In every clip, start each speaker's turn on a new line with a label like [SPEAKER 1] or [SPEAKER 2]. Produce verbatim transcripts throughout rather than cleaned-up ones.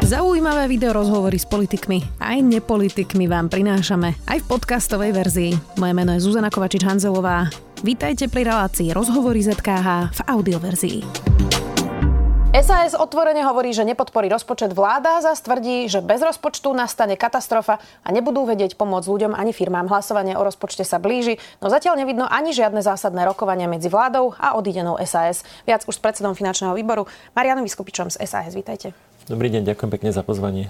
[SPEAKER 1] Zaujímavé video rozhovory s politikmi aj nepolitikmi vám prinášame aj v podcastovej verzii. Moje meno je Zuzana Kovačič-Hanzelová. Vítajte pri relácii Rozhovory zet ká há v audioverzii. es a es otvorene hovorí, že nepodporí rozpočet. Vláda zas tvrdí, že bez rozpočtu nastane katastrofa a nebudú vedieť pomôcť ľuďom ani firmám. Hlasovanie o rozpočte sa blíži, no zatiaľ nevidno ani žiadne zásadné rokovania medzi vládou a odídenou es a es. Viac už s predsedom finančného výboru Marianom Vyskupičom z es a es. Vítajte.
[SPEAKER 2] Dobrý deň, ďakujem pekne za pozvanie.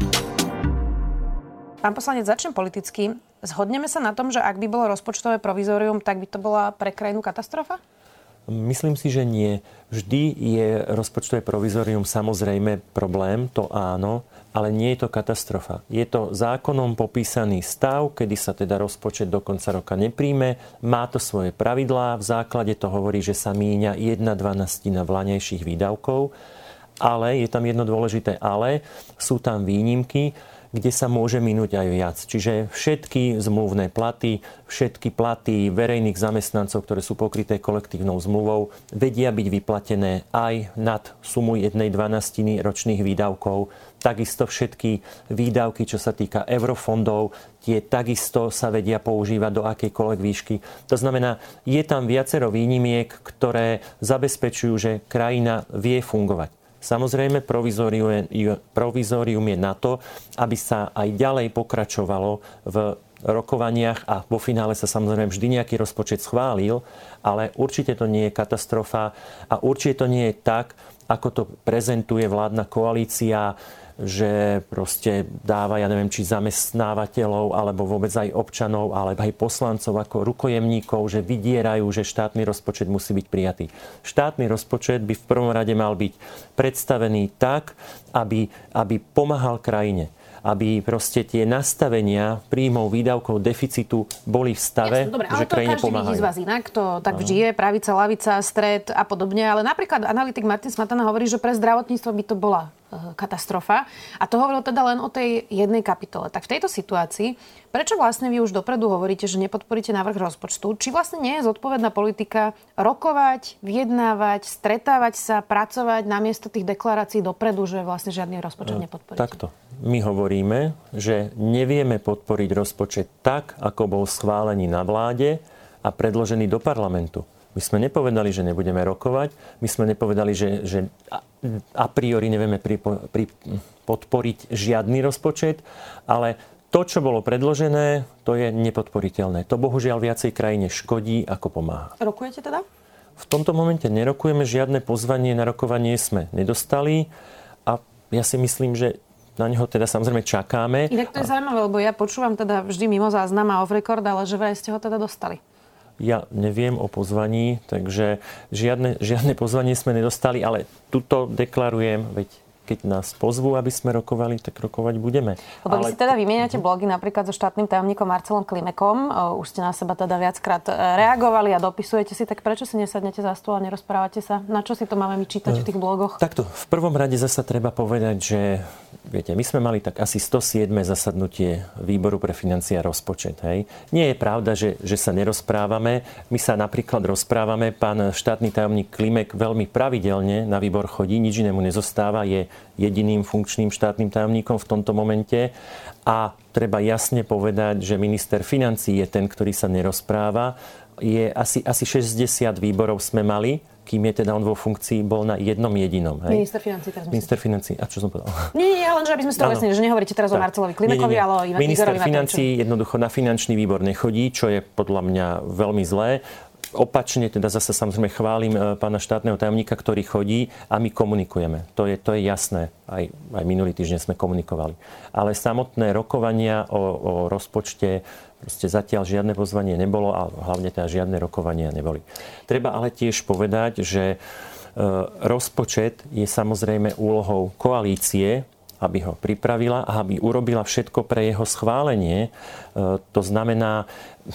[SPEAKER 1] Pán poslanec, začnem politicky. Zhodneme sa na tom, že ak by bolo rozpočtové provizórium, tak by to bola pre krajinu katastrofa?
[SPEAKER 2] Myslím si, že nie. Vždy je rozpočtové provizórium samozrejme problém, to áno, ale nie je to katastrofa. Je to zákonom popísaný stav, kedy sa teda rozpočet do konca roka nepríjme. Má to svoje pravidlá. V základe to hovorí, že sa míňa jedna dvanástina vláňajších výdavkov. Ale, je tam jedno dôležité ale, sú tam výnimky, kde sa môže minúť aj viac. Čiže všetky zmluvné platy, všetky platy verejných zamestnancov, ktoré sú pokryté kolektívnou zmluvou, vedia byť vyplatené aj nad sumu jednej dvanástiny ročných výdavkov. Takisto všetky výdavky, čo sa týka eurofondov, tie takisto sa vedia používať do akejkoľvek výšky. To znamená, je tam viacero výnimiek, ktoré zabezpečujú, že krajina vie fungovať. Samozrejme, provizórium je na to, aby sa aj ďalej pokračovalo v rokovaniach a vo finále sa samozrejme vždy nejaký rozpočet schválil, ale určite to nie je katastrofa a určite to nie je tak, ako to prezentuje vládna koalícia, že proste dáva, ja neviem, či zamestnávateľov, alebo vôbec aj občanov, alebo aj poslancov ako rukojemníkov, že vydierajú, že štátny rozpočet musí byť prijatý. Štátny rozpočet by v prvom rade mal byť predstavený tak, aby, aby pomáhal krajine. Aby proste tie nastavenia príjmov, výdavkov, deficitu boli v stave,
[SPEAKER 1] Jasne, dobre,
[SPEAKER 2] že krajine pomáhajú.
[SPEAKER 1] Ale to každý vidí z vás inak, to tak vždy je, pravica, lavica, stred a podobne. Ale napríklad analytik Martin Smatana hovorí, že pre zdravotníctvo by to bola katastrofa. A to hovoril teda len o tej jednej kapitole. Tak v tejto situácii, prečo vlastne vy už dopredu hovoríte, že nepodporíte návrh rozpočtu? Či vlastne nie je zodpovedná politika rokovať, vyjednávať, stretávať sa, pracovať namiesto tých deklarácií dopredu, že vlastne žiadny rozpočet nepodporíte?
[SPEAKER 2] Takto. My hovoríme, že nevieme podporiť rozpočet tak, ako bol schválený na vláde a predložený do parlamentu. My sme nepovedali, že nebudeme rokovať. My sme nepovedali, že, že a priori nevieme pri, pri, podporiť žiadny rozpočet, ale to, čo bolo predložené, to je nepodporiteľné. To bohužiaľ viacej krajine škodí, ako pomáha.
[SPEAKER 1] Rokujete teda?
[SPEAKER 2] V tomto momente nerokujeme, žiadne pozvanie na rokovanie sme nedostali a ja si myslím, že na neho teda samozrejme čakáme.
[SPEAKER 1] Inak to je zaujímavé, lebo ja počúvam teda vždy mimo záznam a off record, ale že vraj ste ho teda dostali.
[SPEAKER 2] Ja neviem o pozvaní, takže žiadne, žiadne pozvanie sme nedostali, ale tuto deklarujem, veď keď nás pozvú, aby sme rokovali, tak rokovať budeme.
[SPEAKER 1] Lebo
[SPEAKER 2] ale...
[SPEAKER 1] vy si teda vymieňate blogy napríklad so štátnym tajomníkom Marcelom Klimekom. Už ste na seba teda viackrát reagovali a dopisujete si, tak prečo si nesadnete za stôl a nerozprávate sa? Na čo si to máme my čítať v tých blogoch?
[SPEAKER 2] Takto, v prvom rade zasa treba povedať, že viete, my sme mali tak asi sto siedme zasadnutie Výboru pre financie a rozpočet. Hej. Nie je pravda, že, že sa nerozprávame. My sa napríklad rozprávame. Pán štátny tajomník Klimek veľmi pravidelne na výbor chodí, nič inému nezostáva, je jediným funkčným štátnym tajomníkom v tomto momente. A treba jasne povedať, že minister financií je ten, ktorý sa nerozpráva. Je asi, asi šesťdesiat výborov sme mali, kým je teda on vo funkcii, bol na jednom jedinom. Hej?
[SPEAKER 1] Minister financií teraz myslíte?
[SPEAKER 2] Minister financií. A čo som povedal?
[SPEAKER 1] Nie, nie, len že aby sme si to vlastne, že nehovoríte teraz tak o Marcelovi Klimekovi, nie, nie, nie. ale o Igorovi
[SPEAKER 2] Minister financií jednoducho na finančný výbor nechodí, čo je podľa mňa veľmi zlé. Opačne, teda zase samozrejme chválim pána štátneho tajomníka, ktorý chodí a my komunikujeme. To je, to je jasné. Aj, aj minulý týždeň sme komunikovali. Ale samotné rokovania o, o rozpočte, proste zatiaľ žiadne pozvanie nebolo a hlavne teda žiadne rokovania neboli. Treba ale tiež povedať, že rozpočet je samozrejme úlohou koalície, aby ho pripravila a aby urobila všetko pre jeho schválenie. To znamená,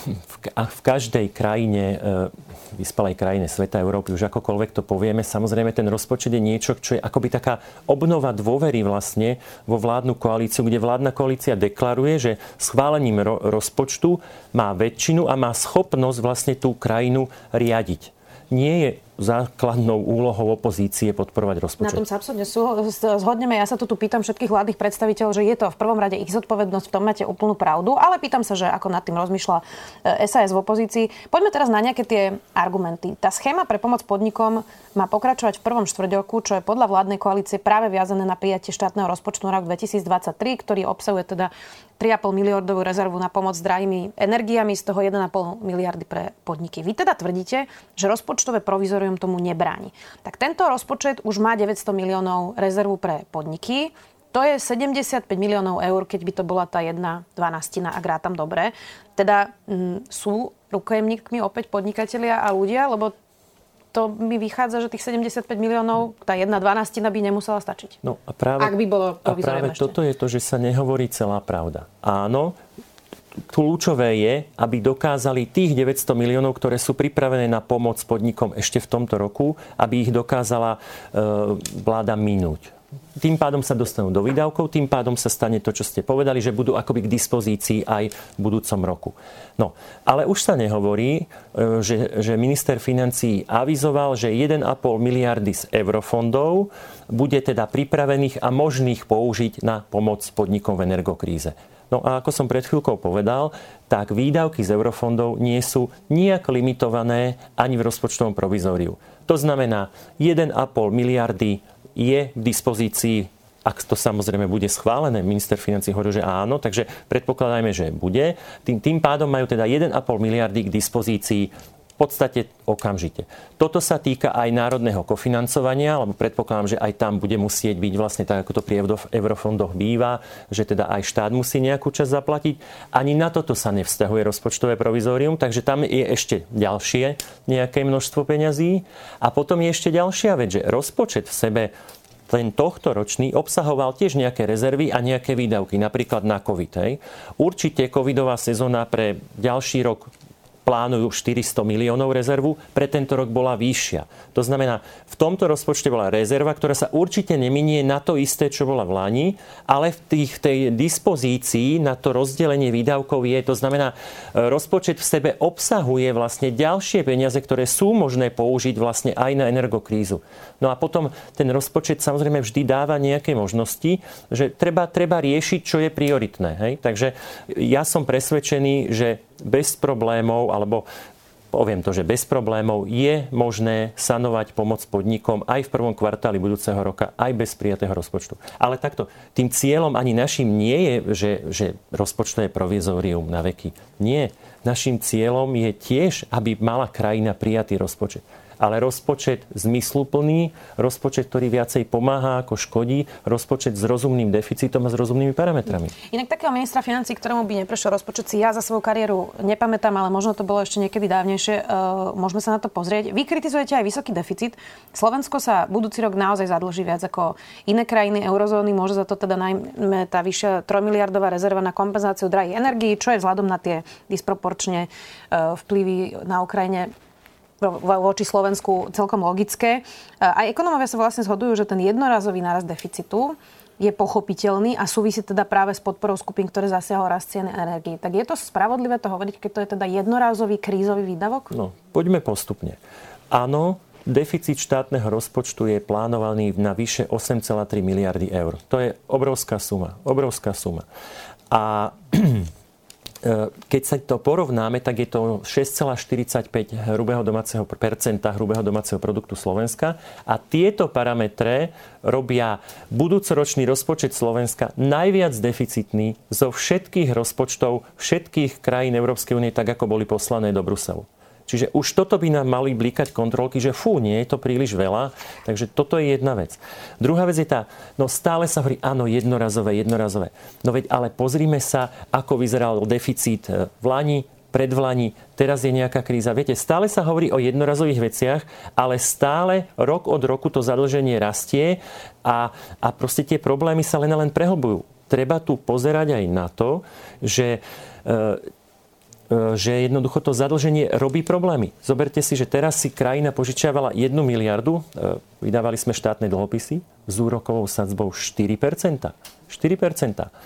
[SPEAKER 2] v každej krajine, vyspelej krajine sveta, Európy, už akokoľvek to povieme, samozrejme ten rozpočet je niečo, čo je akoby taká obnova dôvery vlastne vo vládnu koalíciu, kde vládna koalícia deklaruje, že schválením ro- rozpočtu má väčšinu a má schopnosť vlastne tú krajinu riadiť. Nie je základnou úlohou opozície podporovať rozpočet.
[SPEAKER 1] Na tom sa absolútne zhodneme. Ja sa tu pýtam všetkých vládnych predstaviteľov, že je to v prvom rade ich zodpovednosť, v tom máte úplnú pravdu, ale pýtam sa, že ako nad tým rozmýšľa es a es v opozícii. Poďme teraz na nejaké tie argumenty. Tá schéma pre pomoc podnikom má pokračovať v prvom štvrťroku, čo je podľa vládnej koalície práve viazané na prijatie štátneho rozpočtu na rok dvetisícdvadsaťtri, ktorý obsahuje teda tri a pol miliardovú rezervu na pomoc s drahými energiami, z toho jeden a pol miliardy pre podniky. Vy teda tvrdíte, že rozpočtové provizorium tomu nebráni. Tak tento rozpočet už má deväťsto miliónov rezervu pre podniky. To je sedemdesiatpäť miliónov eur, keď by to bola tá jedna dvanástina, ak rátam dobre. Teda m, sú rukojemníkmi opäť podnikatelia a ľudia, lebo to mi vychádza, že tých sedemdesiatpäť miliónov, tá jedna dvanástina by nemusela stačiť.
[SPEAKER 2] No a práve,
[SPEAKER 1] ak by bolo
[SPEAKER 2] a práve toto je to, že sa nehovorí celá pravda. Áno, kľúčové je, aby dokázali tých deväťsto miliónov, ktoré sú pripravené na pomoc podnikom ešte v tomto roku, aby ich dokázala e, vláda minúť. Tým pádom sa dostanú do výdavkov, tým pádom sa stane to, čo ste povedali, že budú akoby k dispozícii aj v budúcom roku. No, ale už sa nehovorí, že, že minister financií avizoval, že jeden a pol miliardy z eurofondov bude teda pripravených a možných použiť na pomoc podnikom v energokríze. No a ako som pred chvíľkou povedal, tak výdavky z eurofondov nie sú nijak limitované ani v rozpočtovom provizóriu. To znamená, jeden a pol miliardy je k dispozícii, ak to samozrejme bude schválené. Minister financií hovorí, že áno, takže predpokladajme, že bude. Tým, tým pádom majú teda jeden a pol miliardy k dispozícii v podstate okamžite. Toto sa týka aj národného kofinancovania, lebo predpokladám, že aj tam bude musieť byť vlastne tak, ako to pri eurofondoch býva, že teda aj štát musí nejakú časť zaplatiť. Ani na toto sa nevzťahuje rozpočtové provizórium, takže tam je ešte ďalšie nejaké množstvo peňazí. A potom je ešte ďalšia vec, že rozpočet v sebe ten tohto ročný obsahoval tiež nejaké rezervy a nejaké výdavky, napríklad na COVID. Hej. Určite covidová sezóna pre ďalší rok plánujú štyristo miliónov rezervu, pre tento rok bola vyššia. To znamená, v tomto rozpočte bola rezerva, ktorá sa určite neminie na to isté, čo bola v lani, ale v tých, tej dispozícii na to rozdelenie výdavkov je. To znamená, rozpočet v sebe obsahuje vlastne ďalšie peniaze, ktoré sú možné použiť vlastne aj na energokrízu. No a potom ten rozpočet samozrejme vždy dáva nejaké možnosti, že treba, treba riešiť, čo je prioritné. Hej? Takže ja som presvedčený, že bez problémov, alebo poviem to, že bez problémov je možné sanovať pomoc podnikom aj v prvom kvartáli budúceho roka, aj bez prijatého rozpočtu. Ale takto, tým cieľom ani našim nie je, že, že rozpočtové provizórium na veky. Nie. Našim cieľom je tiež, aby mala krajina prijatý rozpočet. Ale rozpočet zmysluplný, rozpočet, ktorý viacej pomáha ako škodí, rozpočet s rozumným deficitom a s rozumnými parametrami.
[SPEAKER 1] Inak takého ministra financií, ktorému by neprešiel rozpočet, si ja za svoju kariéru nepamätám, ale možno to bolo ešte niekedy dávnejšie. Uh, môžeme sa na to pozrieť. Vy kritizujete aj vysoký deficit. Slovensko sa budúci rok naozaj zadlží viac ako iné krajiny eurozóny. Môže za to teda najmä tá vyššia trojmiliardová rezerva na kompenzáciu drahých energií, čo je vzhľadom na tie disproporčne uh, vplyvy na Ukrajine voči Slovensku celkom logické. Aj ekonómovia sa vlastne zhodujú, že ten jednorazový nárast deficitu je pochopiteľný a súvisí teda práve s podporou skupín, ktoré zasiahol rast cien energií. Tak je to spravodlivé to hovoriť, keď to je teda jednorazový krízový výdavok?
[SPEAKER 2] No, poďme postupne. Áno, deficit štátneho rozpočtu je plánovaný na vyše osem celá tri miliardy eur. To je obrovská suma. Obrovská suma. A keď sa to porovnáme, tak je to šesť celá štyridsaťpäť hrubého domáceho percenta hrubého domáceho produktu Slovenska a tieto parametre robia budúcoročný rozpočet Slovenska najviac deficitný zo všetkých rozpočtov všetkých krajín Európskej únie, tak ako boli poslané do Bruselu. Čiže už toto by nám mali blikať kontrolky, že fú, nie je to príliš veľa. Takže toto je jedna vec. Druhá vec je tá, no stále sa hovorí, áno, jednorazové, jednorazové. No veď, ale pozrime sa, ako vyzeral deficit v lani, predvlani, teraz je nejaká kríza. Viete, stále sa hovorí o jednorazových veciach, ale stále rok od roku to zadlženie rastie a, a proste tie problémy sa len a len prehlbujú. Treba tu pozerať aj na to, že e, že jednoducho to zadlženie robí problémy. Zoberte si, že teraz si krajina požičiavala jednu miliardu, vydávali sme štátne dlhopisy s úrokovou sadzbou štyri percentá. štyri percentá.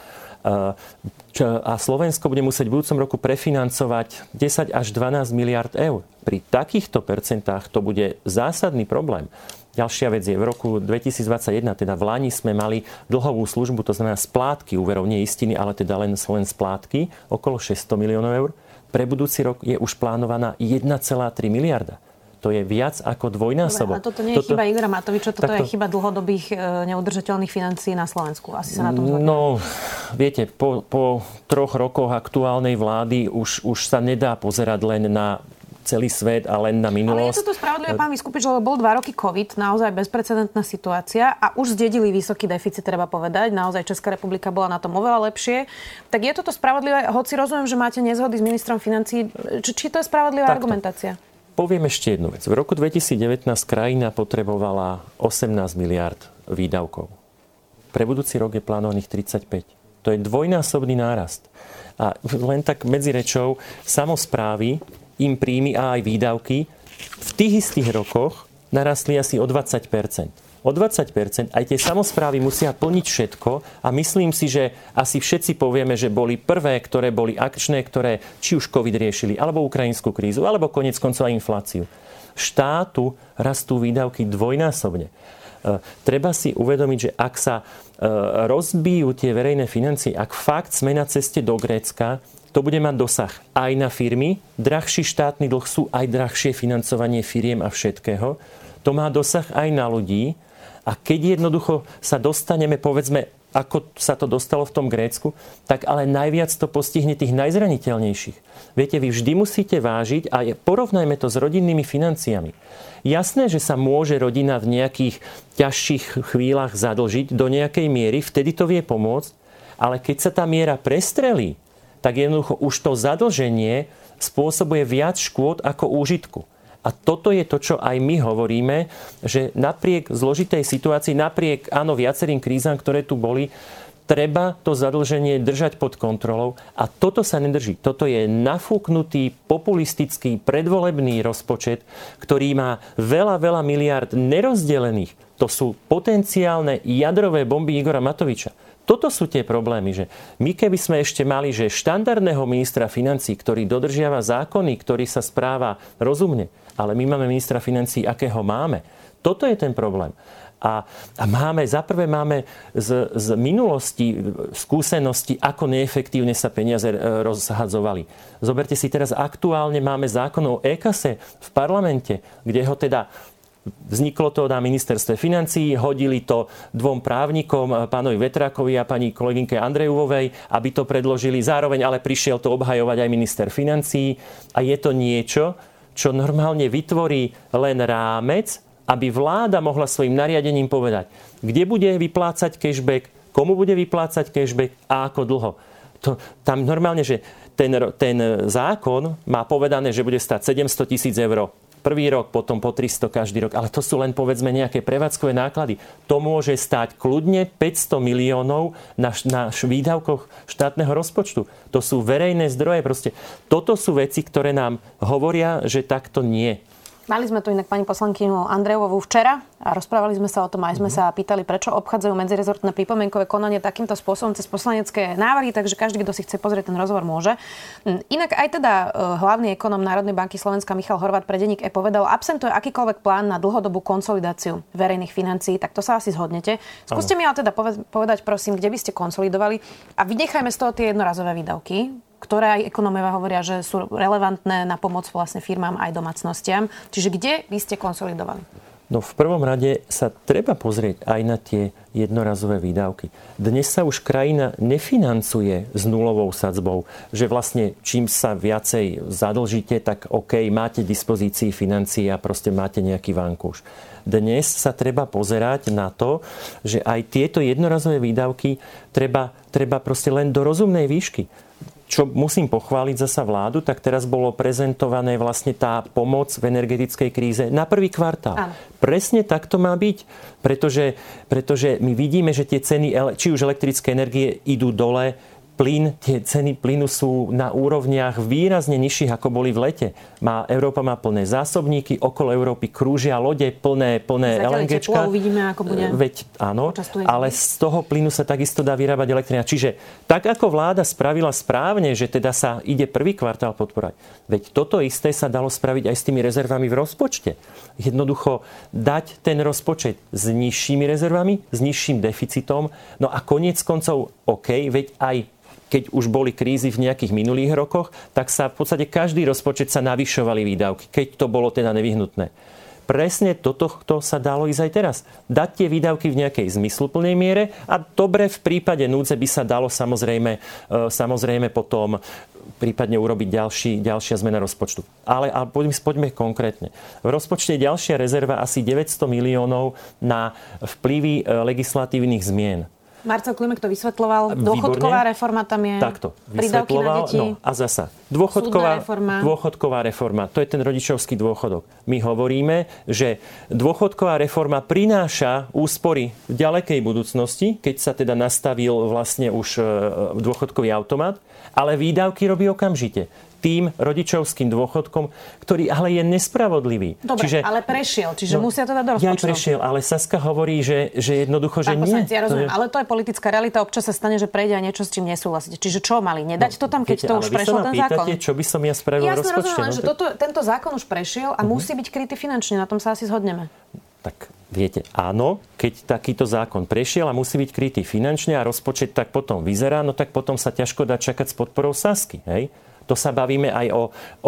[SPEAKER 2] A Slovensko bude musieť v budúcom roku prefinancovať desať až dvanásť miliárd eur. Pri takýchto percentách to bude zásadný problém. Ďalšia vec je, v roku dvetisícdvadsaťjeden, teda v lani sme mali dlhovú službu, to znamená splátky úverov, nie istiny, ale teda len, len splátky, okolo šesťsto miliónov eur. Pre budúci rok je už plánovaná jeden celá tri miliarda. To je viac ako dvojnásobok.
[SPEAKER 1] Ale toto nie je toto... chyba Igora Matoviča, toto takto... je chyba dlhodobých neudržateľných financií na Slovensku. Asi sa na tom zhodneme.
[SPEAKER 2] No, viete, po, po troch rokoch aktuálnej vlády už, už sa nedá pozerať len na celý svet a len na minulosť.
[SPEAKER 1] Ale je toto spravodlivé, pán Vyskupič, lebo bol dva roky COVID, naozaj bezprecedentná situácia a už zdedili vysoký deficit, treba povedať. Naozaj Česká republika bola na tom oveľa lepšie. Tak je toto spravodlivé? Hoci rozumiem, že máte nezhody s ministrom financií. Či, či to je spravodlivá Takto. argumentácia?
[SPEAKER 2] Poviem ešte jednu vec. V roku dvetisícdevätnásť krajina potrebovala osemnásť miliárd výdavkov. Pre budúci rok je plánovaných tridsaťpäť. To je dvojnásobný nárast. A len tak medzi rečou, samosprávy im príjmy a aj výdavky v tých istých rokoch narastli asi o dvadsať percent. O dvadsať percent aj tie samosprávy musia plniť všetko a myslím si, že asi všetci povieme, že boli prvé, ktoré boli akčné, ktoré či už COVID riešili, alebo ukrajinskú krízu, alebo koniec koncov aj infláciu. Štátu rastú výdavky dvojnásobne. E, treba si uvedomiť, že ak sa e, rozbijú tie verejné financie, ak fakt sme na ceste do Grécka, to bude mať dosah aj na firmy. Drahší štátny dlh sú aj drahšie financovanie firiem a všetkého. To má dosah aj na ľudí. A keď jednoducho sa dostaneme, povedzme, ako sa to dostalo v tom Grécku, tak ale najviac to postihne tých najzraniteľnejších. Viete, vy vždy musíte vážiť a porovnajme to s rodinnými financiami. Jasné, že sa môže rodina v nejakých ťažších chvíľach zadlžiť do nejakej miery, vtedy to vie pomôcť, ale keď sa tá miera prestrelí, tak jednoducho už to zadlženie spôsobuje viac škôd ako úžitku. A toto je to, čo aj my hovoríme, že napriek zložitej situácii, napriek áno viacerým krízam, ktoré tu boli, treba to zadlženie držať pod kontrolou. A toto sa nedrží. Toto je nafúknutý, populistický, predvolebný rozpočet, ktorý má veľa, veľa miliárd nerozdelených. To sú potenciálne jadrové bomby Igora Matoviča. Toto sú tie problémy, že my keby sme ešte mali, že štandardného ministra financií, ktorý dodržiava zákony, ktorý sa správa rozumne, ale my máme ministra financií, akého máme. Toto je ten problém. A, a máme, za prvé máme z, z minulosti skúsenosti, ako neefektívne sa peniaze rozhadzovali. Zoberte si teraz, aktuálne máme zákon o é-kase v parlamente, kde ho teda vzniklo to na ministerstve financií, hodili to dvom právnikom, pánovi Vetrákovi a pani kolegynke Andrejovej, aby to predložili. Zároveň ale prišiel to obhajovať aj minister financií. A je to niečo, čo normálne vytvorí len rámec, aby vláda mohla svojim nariadením povedať, kde bude vyplácať cashback, komu bude vyplácať cashback a ako dlho. To, tam normálne, že ten, ten zákon má povedané, že bude stať sedemsto tisíc eur prvý rok, potom po tristo každý rok. Ale to sú len, povedzme, nejaké prevádzkové náklady. To môže stáť kľudne päťsto miliónov na, na výdavkoch štátneho rozpočtu. To sú verejné zdroje. Proste. Toto sú veci, ktoré nám hovoria, že takto nie.
[SPEAKER 1] Mali sme tu inak pani poslankyňu Andrejovú včera a rozprávali sme sa o tom, aj sme sa pýtali, prečo obchádzajú medzirezortné pripomienkové konanie takýmto spôsobom cez poslanecké návrhy, takže každý, kto si chce pozrieť ten rozhovor, môže. Inak aj teda hlavný ekonóm Národnej banky Slovenska Michal Horváth pre denník E povedal, absentuje akýkoľvek plán na dlhodobú konsolidáciu verejných financií, tak to sa asi zhodnete. Skúste mi ale teda povedať, prosím, kde by ste konsolidovali a vynechajme z toho tie jednorazové výdavky, ktoré aj ekonómovia hovoria, že sú relevantné na pomoc vlastne firmám aj domácnostiam. Čiže kde by ste konsolidovali?
[SPEAKER 2] No v prvom rade sa treba pozrieť aj na tie jednorazové výdavky. Dnes sa už krajina nefinancuje s nulovou sadzbou, že vlastne čím sa viacej zadlžíte, tak OK, máte dispozícii financií a proste máte nejaký vankúš. Dnes sa treba pozerať na to, že aj tieto jednorazové výdavky treba, treba proste len do rozumnej výšky. Čo musím pochváliť zasa vládu, tak teraz bolo prezentované vlastne tá pomoc v energetickej kríze na prvý kvartál. Áno. Presne tak to má byť, pretože, pretože my vidíme, že tie ceny, či už elektrické energie idú dole, Plyn, tie ceny plynu sú na úrovniach výrazne nižších, ako boli v lete. Má, Európa má plné zásobníky, okolo Európy krúžia lode plné, plné LNGčka.
[SPEAKER 1] Zatiaľ teplo, uvidíme, ako bude.
[SPEAKER 2] Veď áno, ale z toho plynu sa takisto dá vyrábať elektrina. Čiže tak, ako vláda spravila správne, že teda sa ide prvý kvartál podporať, veď toto isté sa dalo spraviť aj s tými rezervami v rozpočte. Jednoducho dať ten rozpočet s nižšími rezervami, s nižším deficitom, no a koniec koncov, OK, veď aj keď už boli krízy v nejakých minulých rokoch, tak sa v podstate každý rozpočet sa navyšovali výdavky, keď to bolo teda nevyhnutné. Presne toto sa dalo ísť aj teraz. Dať tie výdavky v nejakej zmysluplnej miere a dobre v prípade núdze by sa dalo samozrejme, samozrejme potom prípadne urobiť ďalší, ďalšia zmena rozpočtu. Ale, ale poďme, poďme konkrétne. V rozpočte je ďalšia rezerva asi deväťsto miliónov na vplyvy legislatívnych zmien.
[SPEAKER 1] Marcel Klimek to vysvetľoval. Dôchodková reforma tam je.
[SPEAKER 2] Takto. Vysvetľoval. No a zasa. Dôchodková reforma. dôchodková reforma. To je ten rodičovský dôchodok. My hovoríme, že dôchodková reforma prináša úspory v ďalekej budúcnosti, keď sa teda nastavil vlastne už dôchodkový automat, ale výdavky robí okamžite. Tým rodičovským dôchodkom, ktorý ale je nespravodlivý.
[SPEAKER 1] Dobre, čiže, ale prešiel, čiže no, musia to dať do rozpočtu.
[SPEAKER 2] Ja prešiel, ale Saska hovorí, že, že jednoducho, že
[SPEAKER 1] Pán
[SPEAKER 2] nie.
[SPEAKER 1] Poslanec, ja rozumiem, to je... ale to je politická realita, občas sa stane, že prejde aj niečo, s čím nesúhlasíte. Čiže čo mali? Nedať to tam, keď no, to už prešiel ten pýtate, zákon?
[SPEAKER 2] Čo by som ja spravil v rozpočte?
[SPEAKER 1] Jasne, rozumiem, no, že to... toto, tento zákon už prešiel a uh-huh. musí byť krytý finančne, na tom sa asi zhodneme.
[SPEAKER 2] Tak viete, áno, keď takýto zákon prešiel a musí byť krytý finančne a rozpočet tak potom vyzerá, no tak potom sa ťažko dá čakať s podporou Sasky, hej? To sa bavíme aj o, o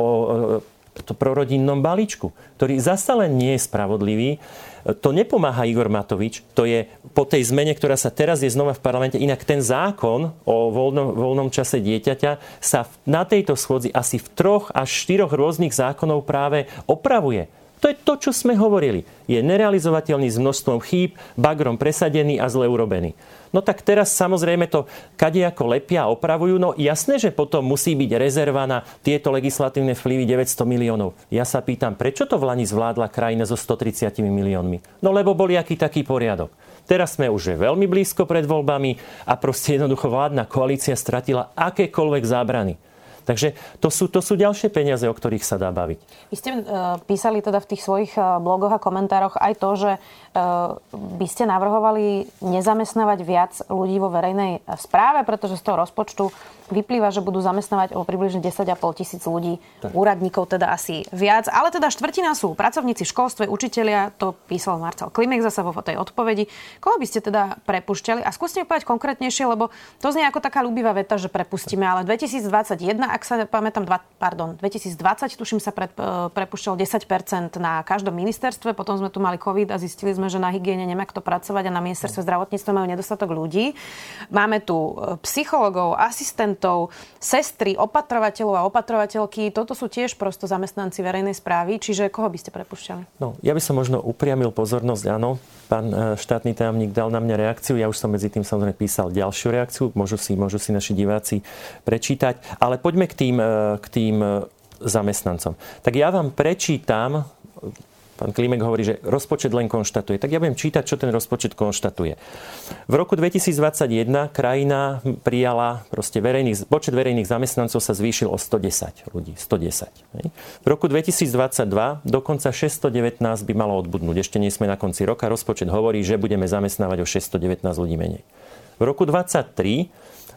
[SPEAKER 2] to prorodinnom balíčku, ktorý zasa len nie je spravodlivý. To nepomáha Igor Matovič. To je po tej zmene, ktorá sa teraz je znova v parlamente. Inak ten zákon o voľnom, voľnom čase dieťaťa sa na tejto schôdzi asi v troch až štyroch rôznych zákonov práve opravuje. To je to, čo sme hovorili. Je nerealizovateľný s množstvom chýb, bagrom presadený a zle urobený. No tak teraz samozrejme to kadejako lepia a opravujú. No jasné, že potom musí byť rezerva na tieto legislatívne vplyvy deväťsto miliónov. Ja sa pýtam, prečo to v Lani zvládla krajina so stotridsať miliónmi? No lebo boli aký taký poriadok. Teraz sme už veľmi blízko pred voľbami a proste jednoducho vládna koalícia stratila akékoľvek zábrany. Takže to sú, to sú ďalšie peniaze, o ktorých sa dá baviť.
[SPEAKER 1] Vy ste uh, písali teda v tých svojich uh, blogoch a komentároch aj to, že uh, by ste navrhovali nezamestnávať viac ľudí vo verejnej správe, pretože z toho rozpočtu vyplýva, že budú zamestnávať o približne desať a pol tisíc ľudí, tak. Úradníkov teda asi viac. Ale teda štvrtina sú pracovníci v školstve, učitelia, to písal Marcel Klimek zasa vo tej odpovedi. Koho by ste teda prepušťali? A skúste mi povedať konkrétnejšie, lebo to znie ako taká ľúbivá veta, že prepustíme, ale dvetisícdvadsaťjeden, ak sa pamätám, dva, pardon, dvetisícdvadsať, tuším sa pred, prepušťal desať percent na každom ministerstve, potom sme tu mali COVID a zistili sme, že na hygiene nemá kto pracovať a na ministerstve zdravotníctva majú nedostatok ľudí. Máme tu psychologov, asistentov, sestry, opatrovateľov a opatrovateľky. Toto sú tiež prosto zamestnanci verejnej správy. Čiže koho by ste prepušťali?
[SPEAKER 2] No, ja by som možno upriamil pozornosť, áno. Pán štátny tajomník dal na mňa reakciu. Ja už som medzi tým samozrejme písal ďalšiu reakciu. Môžu si, môžu si naši diváci prečítať. Ale poďme k tým, k tým zamestnancom. Tak ja vám prečítam. Pán Klimek hovorí, že rozpočet len konštatuje. Tak ja budem čítať, čo ten rozpočet konštatuje. V roku dvetisícdvadsaťjeden krajina prijala proste verejných, počet verejných zamestnancov sa zvýšil o stodesať ľudí. stodesať. Hej. V roku dvetisícdvadsaťdva dokonca šesťstodevätnásť by malo odbudnúť. Ešte nie sme na konci roka. Rozpočet hovorí, že budeme zamestnávať o šesťstodevätnásť ľudí menej. V roku dvadsaťtri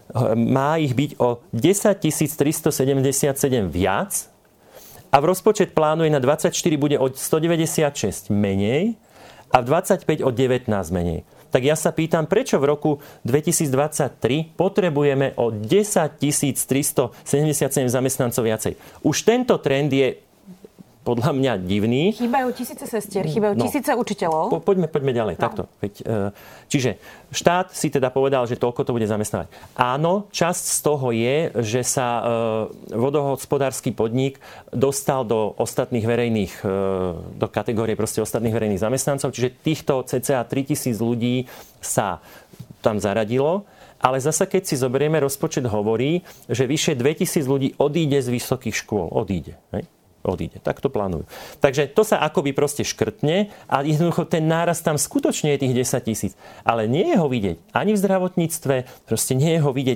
[SPEAKER 2] má ich byť o desaťtisíc tristosedemdesiatsedem viac. A v rozpočet plánuje na dvadsaťštyri bude od stodeväťdesiatšesť menej a v dvadsaťpäť od devätnásť menej. Tak ja sa pýtam, prečo v roku dvetisícdvadsaťtri potrebujeme o desaťtisíc tristosedemdesiatsedem zamestnancov viacej. Už tento trend je podľa mňa divný.
[SPEAKER 1] Chýbajú tisíce sestier, chýbajú no, tisíce učiteľov.
[SPEAKER 2] Po, poďme, poďme ďalej. No. Takto. Veď, čiže štát si teda povedal, že toľko to bude zamestnávať. Áno, časť z toho je, že sa vodohospodársky podnik dostal do ostatných verejných, do kategórie proste ostatných verejných zamestnancov. Čiže týchto cca tritisíc ľudí sa tam zaradilo. Ale zasa, keď si zoberieme, rozpočet hovorí, že vyše dvetisíc ľudí odíde z vysokých škôl. Odíde. Hej? Odíde. Tak to plánujú. Takže to sa akoby proste škrtne a jednoducho ten nárast tam skutočne je tých desaťtisíc. Ale nie je ho vidieť ani v zdravotníctve, proste nie je ho vidieť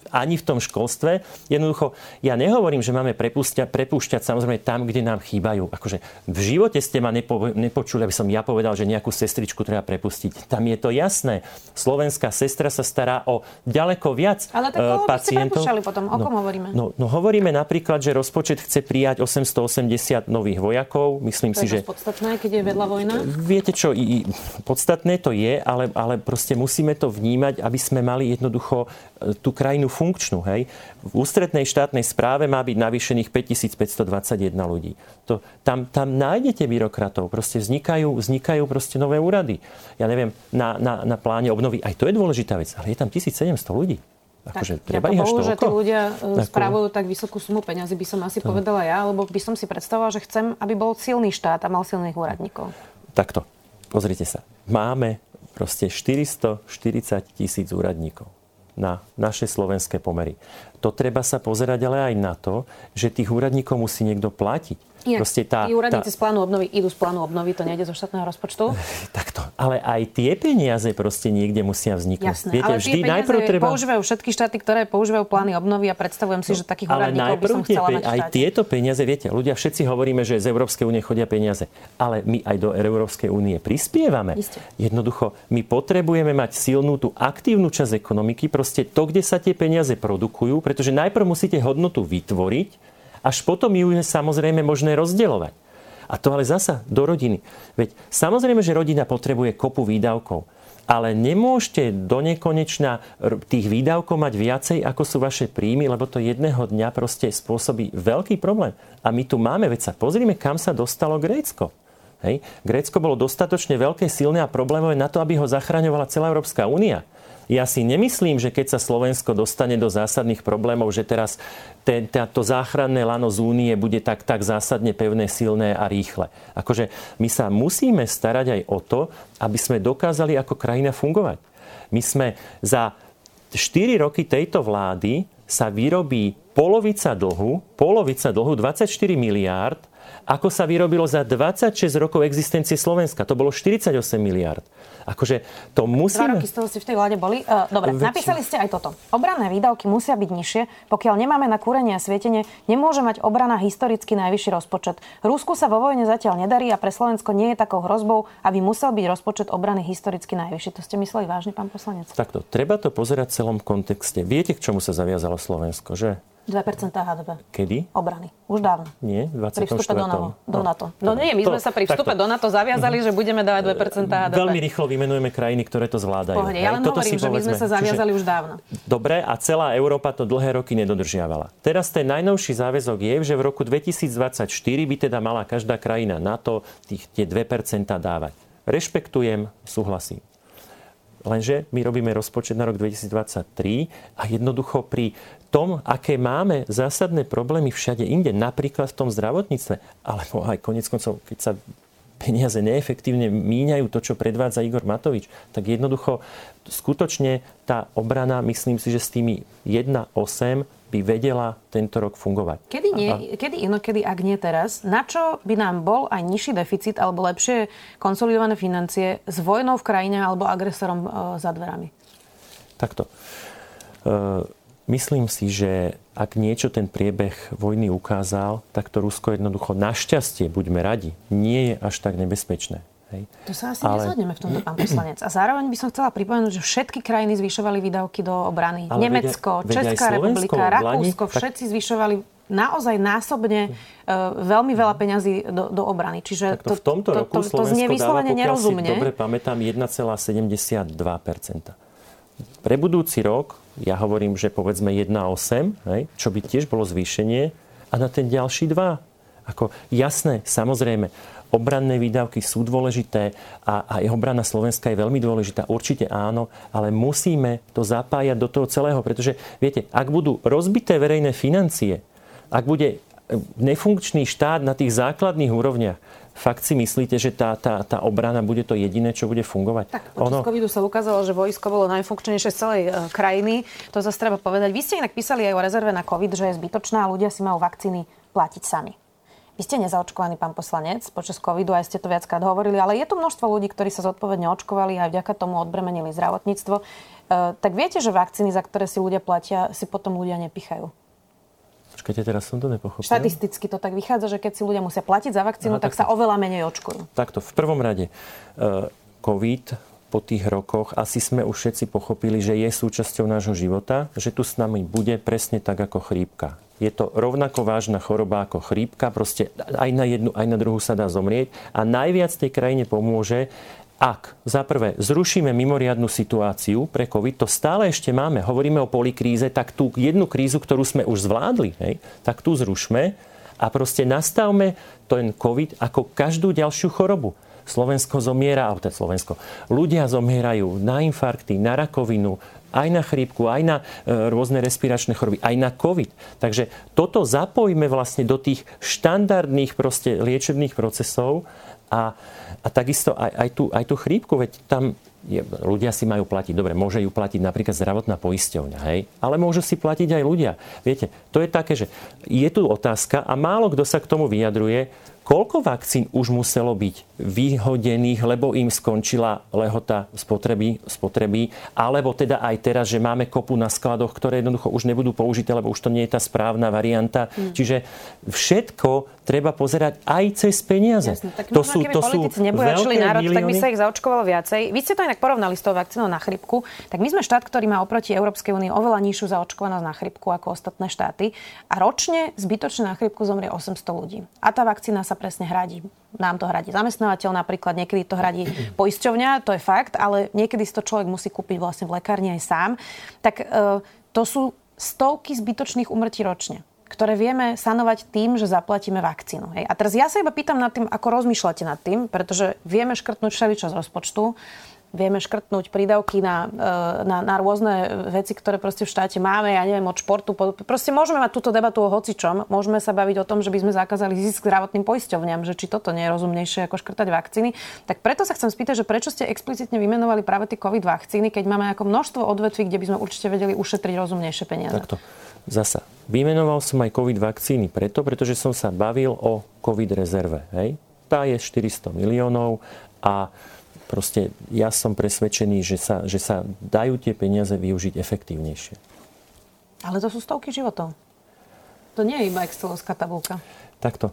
[SPEAKER 2] ani v tom školstve. Jednoducho, ja nehovorím, že máme prepúšťať, prepúšťať samozrejme tam, kde nám chýbajú. Akože v živote ste ma nepo, nepočuli, aby som ja povedal, že nejakú sestričku treba prepustiť. Tam je to jasné. Slovenská sestra sa stará o ďaleko viac
[SPEAKER 1] ale tak
[SPEAKER 2] uh, pacientov.
[SPEAKER 1] Ale potom, o kom
[SPEAKER 2] no,
[SPEAKER 1] hovoríme?
[SPEAKER 2] No, no hovoríme napríklad, že rozpočet chce prijať osemstoosemdesiat nových vojakov. Myslím
[SPEAKER 1] to
[SPEAKER 2] si,
[SPEAKER 1] je
[SPEAKER 2] že...
[SPEAKER 1] podstatné, keď je vedľa vojna?
[SPEAKER 2] Viete čo, i, i, podstatné to je, ale, ale proste musíme to vnímať, aby sme mali jednoducho tú krajinu funkčnú. Hej. V ústrednej štátnej správe má byť navýšených päťtisícpäťstodvadsaťjeden ľudí. To, tam, tam nájdete byrokratov. Proste vznikajú, vznikajú proste nové úrady. Ja neviem, na, na, na pláne obnovy. Aj to je dôležitá vec. Ale je tam tisícsedemsto ľudí. Akože treba ich až toľko.
[SPEAKER 1] Že tí ľudia spravujú tak vysokú sumu peňazí, by som asi to... povedala ja, lebo by som si predstavovala, že chcem, aby bol silný štát a mal silných úradníkov.
[SPEAKER 2] Takto. Pozrite sa. Máme proste štyristoštyridsať tisíc úradníkov na naše slovenské pomery. To treba sa pozerať ale aj na to, že tých úradníkov musí niekto platiť.
[SPEAKER 1] Inak, tá, tí úradníci tá... z plánu obnovy idú z plánu obnovy, to nejde zo štátneho rozpočtu?
[SPEAKER 2] Takto. Ale aj tie peniaze proste niekde musia vzniknúť.
[SPEAKER 1] Jasné,
[SPEAKER 2] viete,
[SPEAKER 1] ale
[SPEAKER 2] vždy
[SPEAKER 1] tie peniaze
[SPEAKER 2] treba...
[SPEAKER 1] používajú všetky štáty, ktoré používajú plány obnovy a predstavujem si, no, že takých úradníkov by som chcela mať v štáte.
[SPEAKER 2] Aj tieto peniaze, viete, ľudia všetci hovoríme, že z Európskej únie chodia peniaze, ale my aj do Európskej únie prispievame. Isté. Jednoducho, my potrebujeme mať silnú tú aktívnu časť ekonomiky, proste to, kde sa tie peniaze produkujú, pretože najprv musíte hodnotu vytvoriť, až potom ju je samozrejme možné rozdeľovať. A to ale zasa do rodiny. Veď samozrejme, že rodina potrebuje kopu výdavkov, ale nemôžete do nekonečna tých výdavkov mať viacej, ako sú vaše príjmy, lebo to jedného dňa proste spôsobí veľký problém. A my tu máme, veď sa pozrime, kam sa dostalo Grécko. Hej. Grécko bolo dostatočne veľké, silné a problémové na to, aby ho zachraňovala celá Európska únia. Ja si nemyslím, že keď sa Slovensko dostane do zásadných problémov, že teraz ten, to záchranné lano z únie bude tak, tak zásadne pevné, silné a rýchle. Akože my sa musíme starať aj o to, aby sme dokázali ako krajina fungovať. My sme za štyri roky tejto vlády sa vyrobí polovica dlhu, polovica dlhu, dvadsaťštyri miliárd, ako sa vyrobilo za dvadsaťšesť rokov existencie Slovenska. To bolo štyridsaťosem miliárd. Akože to musíme...
[SPEAKER 1] Dva roky ste si v tej vláde boli. Uh, dobre, Veď... napísali ste aj toto. Obranné výdavky musia byť nižšie. Pokiaľ nemáme na kúrenie a svietenie, nemôže mať obrana historicky najvyšší rozpočet. Rusku sa vo vojne zatiaľ nedarí a pre Slovensko nie je takou hrozbou, aby musel byť rozpočet obrany historicky najvyšší. To ste mysleli vážne, pán poslanec?
[SPEAKER 2] Takto. Treba to pozerať v celom kontexte. Viete, k čomu sa zaviazalo Slovensko, že?
[SPEAKER 1] dve percentá há dé pé.
[SPEAKER 2] Kedy?
[SPEAKER 1] Obrany. Už dávno.
[SPEAKER 2] Nie, dvadsiatom štvrtom.
[SPEAKER 1] Pri vstupe do, do NATO. No, no nie, my sme to, sa pri vstupe takto. do NATO zaviazali, že budeme dávať dve percentá há dé pé.
[SPEAKER 2] Veľmi rýchlo vymenujeme krajiny, ktoré to zvládajú.
[SPEAKER 1] Pohode, ja len Toto hovorím, že my sme sa zaviazali Čiže, už dávno. Dobre,
[SPEAKER 2] a celá Európa to dlhé roky nedodržiavala. Teraz ten najnovší záväzok je, že v roku dvetisícdvadsaťštyri by teda mala každá krajina NATO tých, tie dve percentá dávať. Rešpektujem, súhlasím. Lenže my robíme rozpočet na rok dvetisícdvadsaťtri a jednoducho pri tom, aké máme zásadné problémy všade inde, napríklad v tom zdravotníctve, alebo aj koniec koncov, keď sa peniaze neefektívne míňajú to, čo predvádza Igor Matovič, tak jednoducho skutočne tá obrana, myslím si, že s tými jeden osem by vedela tento rok fungovať.
[SPEAKER 1] Kedy nie, a... kedy inokedy, ak nie teraz, na čo by nám bol aj nižší deficit alebo lepšie konsolidované financie s vojnou v krajine alebo agresorom e, za dverami?
[SPEAKER 2] Takto. E, myslím si, že ak niečo ten priebeh vojny ukázal, tak to Rusko jednoducho našťastie, buďme radi, nie je až tak nebezpečné. Hej.
[SPEAKER 1] To sa asi Ale... nezhodneme v tomto, pán poslanec. A zároveň by som chcela pripomenúť, že všetky krajiny zvyšovali výdavky do obrany. Ale Nemecko, vedia, Česká republika, Rakúsko, tak... všetci zvyšovali naozaj násobne uh, veľmi veľa peňazí do, do obrany. Čiže
[SPEAKER 2] to, v tomto
[SPEAKER 1] to,
[SPEAKER 2] roku
[SPEAKER 1] to, to, to znie vyslovene nerozumne.
[SPEAKER 2] Si dobre pamätám, jeden celá sedemdesiatdva percenta. Pre budúci rok, ja hovorím, že povedzme jeden osem, hej, čo by tiež bolo zvýšenie, a na ten ďalší dva. Ako jasné, samozrejme, obranné výdavky sú dôležité a aj obrana Slovenska je veľmi dôležitá. Určite áno, ale musíme to zapájať do toho celého, pretože viete, ak budú rozbité verejné financie, ak bude nefunkčný štát na tých základných úrovniach, fakt si myslíte, že tá, tá, tá obrana bude to jediné, čo bude fungovať?
[SPEAKER 1] Tak počas ono... covidu sa ukázalo, že vojsko bolo najfunkčnejšie z celej e, krajiny. To zase treba povedať. Vy ste inak písali aj o rezerve na covid, že je zbytočná a ľudia si majú vakcíny platiť sami. Vy ste nezaočkovaný, pán poslanec, počas covidu, aj ste to viackrát hovorili, ale je tu množstvo ľudí, ktorí sa zodpovedne očkovali a vďaka tomu odbremenili zdravotníctvo. E, tak viete, že vakcíny, za ktoré si ľudia platia, si potom ľudia nepichajú?
[SPEAKER 2] Počkajte, teraz som to nepochopil.
[SPEAKER 1] Štatisticky to tak vychádza, že keď si ľudia musia platiť za vakcínu, Aha, tak takto sa oveľa menej očkujú.
[SPEAKER 2] Takto, v prvom rade, e, COVID po tých rokoch asi sme už všetci pochopili, že je súčasťou nášho života, že tu s nami bude presne tak ako chrípka. Je to rovnako vážna choroba ako chrípka, proste aj na jednu, aj na druhú sa dá zomrieť a najviac tej krajine pomôže, ak za prvé zrušíme mimoriadnu situáciu pre COVID, to stále ešte máme, hovoríme o polikríze, tak tú jednu krízu, ktorú sme už zvládli, hej, tak tu zrušme a proste nastavme ten COVID ako každú ďalšiu chorobu. Slovensko zomiera, alebo teda Slovensko, ľudia zomierajú na infarkty, na rakovinu, aj na chrípku, aj na e, rôzne respiračné choroby, aj na COVID. Takže toto zapojíme vlastne do tých štandardných proste liečebných procesov a, a takisto aj, aj, tú, aj tú chrípku, veď tam je, ľudia si majú platiť. Dobre, môže ju platiť napríklad zdravotná poisťovňa, hej? Ale môžu si platiť aj ľudia. Viete, to je také, že je tu otázka a málo kto sa k tomu vyjadruje, koľko vakcín už muselo byť vyhodených, lebo im skončila lehota spotreby, spotreby, alebo teda aj teraz, že máme kopu na skladoch, ktoré jednoducho už nebudú použité, lebo už to nie je tá správna varianta. Mm. Čiže všetko treba pozerať aj cez peniaze.
[SPEAKER 1] Jasne, tak
[SPEAKER 2] to
[SPEAKER 1] možno,
[SPEAKER 2] sú,
[SPEAKER 1] keby
[SPEAKER 2] to
[SPEAKER 1] politici
[SPEAKER 2] sú
[SPEAKER 1] nebojačili národ,
[SPEAKER 2] milióny.
[SPEAKER 1] Tak by sa ich zaočkovalo viacej. Vy ste to inak porovnali s tou vakcínou na chrypku. Tak my sme štát, ktorý má oproti Európskej únii oveľa nižšiu zaočkovanosť na chrypku ako ostatné štáty. A ročne zbytočne na chrypku zomrie osemsto ľudí. A tá vakcína sa presne hradí. Nám to hradí zamestnávateľ, napríklad niekedy to hradí poisťovňa, to je fakt, ale niekedy si to človek musí kúpiť vlastne v lekárni aj sám. Tak e, to sú stovky zbytočných úmrtí ročne, ktoré vieme sanovať tým, že zaplatíme vakcínu. Hej. A teraz ja sa iba pýtam nad tým, ako rozmýšľate nad tým, pretože vieme škrtnúť všeličo z rozpočtu, vieme škrtnúť prídavky na, na, na rôzne veci, ktoré proste v štáte máme, ja neviem, od športu. Proste môžeme mať túto debatu o hocičom. Môžeme sa baviť o tom, že by sme zakázali zisk zdravotným poisťovňam, že či toto nie je rozumnejšie ako škrtať vakcíny. Tak preto sa chcem spýtať, že prečo ste explicitne vymenovali práve tie COVID vakcíny, keď máme ako množstvo odvetví, kde by sme určite vedeli ušetriť rozumnejšie peniaze.
[SPEAKER 2] Takto. Zasa. Vymenoval som aj COVID vakcíny preto, pretože som sa bavil o COVID rezerve. Hej? Tá je štyristo miliónov a proste ja som presvedčený, že sa, že sa dajú tie peniaze využiť efektívnejšie.
[SPEAKER 1] Ale to sú stovky životov. To nie je iba excelovská tabulka.
[SPEAKER 2] Takto.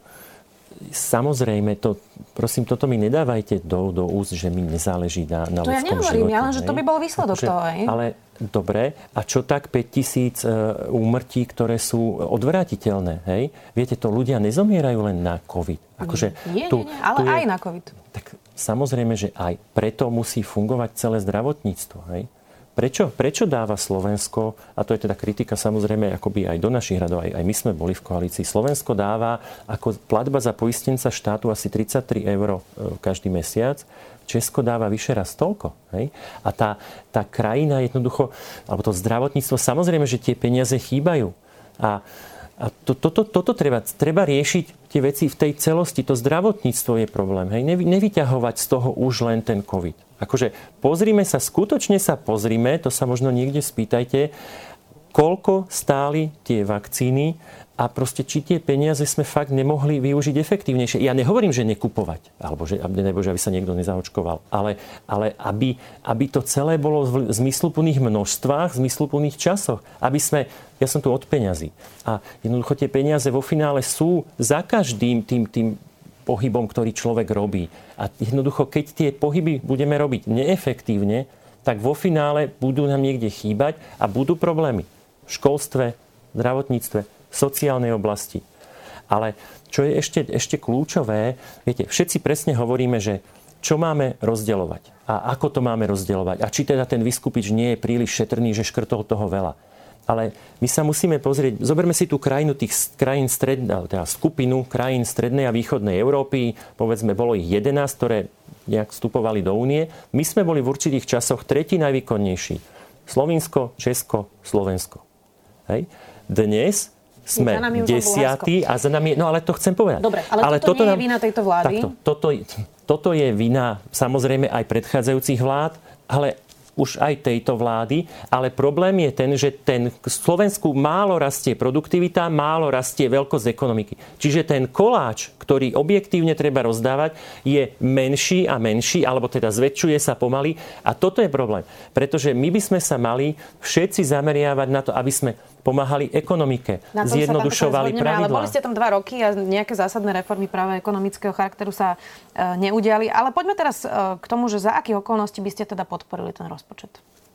[SPEAKER 2] Samozrejme, to, prosím, toto mi nedávajte do, do úst, že mi nezáleží na, na ľudskom živote. To ja nehovorím, ja len, že to by bol výsledok akože, toho. Aj. Ale dobre, a čo tak päťtisíc úmrtí, ktoré sú odvrátiteľné? Hej? Viete, to ľudia nezomierajú len na COVID. Akože,
[SPEAKER 1] nie,
[SPEAKER 2] tu,
[SPEAKER 1] nie, nie, ale
[SPEAKER 2] tu je,
[SPEAKER 1] aj na COVID.
[SPEAKER 2] Tak samozrejme, že aj preto musí fungovať celé zdravotníctvo. Hej? Prečo, prečo dáva Slovensko, a to je teda kritika samozrejme akoby aj do našich radov, aj, aj my sme boli v koalícii, Slovensko dáva ako platba za poistenca štátu asi tridsaťtri eur každý mesiac, Česko dáva vyše raz toľko. Hej? A tá, tá krajina jednoducho, alebo to zdravotníctvo, samozrejme, že tie peniaze chýbajú. A A to, toto, toto treba, treba riešiť tie veci v tej celosti. To zdravotníctvo je problém. Hej? Nevy, nevyťahovať z toho už len ten COVID. Akože pozrime sa, skutočne sa pozrime, to sa možno niekde spýtajte, koľko stáli tie vakcíny a proste či tie peniaze sme fakt nemohli využiť efektívnejšie. Ja nehovorím, že nekupovať, alebo že, nebože, aby sa niekto nezaočkoval, ale, ale aby, aby to celé bolo v zmysluplných množstvách, v zmysluplných časoch, aby sme, ja som tu od peňazí a jednoducho tie peniaze vo finále sú za každým tým, tým pohybom, ktorý človek robí. A jednoducho, keď tie pohyby budeme robiť neefektívne, tak vo finále budú nám niekde chýbať a budú problémy v školstve, zdravotníctve, sociálnej oblasti. Ale čo je ešte, ešte kľúčové, viete, všetci presne hovoríme, že čo máme rozdeľovať a ako to máme rozdeľovať a či teda ten vyskupič nie je príliš šetrný, že škrtol toho veľa. Ale my sa musíme pozrieť, zoberme si tú krajinu tých krajín strednej, teda skupinu krajín strednej a východnej Európy, povedzme, bolo ich jedenásť, ktoré nejak vstupovali do únie. My sme boli v určitých časoch tretí najvýkonnejší. Slovinsko, Česko, Slovensko. Hej. Dnes sme desiatí a za nami... No ale to chcem povedať.
[SPEAKER 1] Dobre, ale, ale toto, toto nie nám, je vina tejto vlády?
[SPEAKER 2] Takto, toto, toto je vina samozrejme aj predchádzajúcich vlád, ale už aj tejto vlády, ale problém je ten, že ten v Slovensku málo rastie produktivita, málo rastie veľkosť ekonomiky. Čiže ten koláč, ktorý objektívne treba rozdávať, je menší a menší, alebo teda zväčšuje sa pomaly. A toto je problém. Pretože my by sme sa mali všetci zameriavať na to, aby sme pomáhali ekonomike, zjednodušovali pravidlá.
[SPEAKER 1] Ale boli ste tam dva roky a nejaké zásadné reformy práve ekonomického charakteru sa e, neudiali. Ale poďme teraz e, k tomu, že za akých okolností by ste teda podporili ten rozpočet?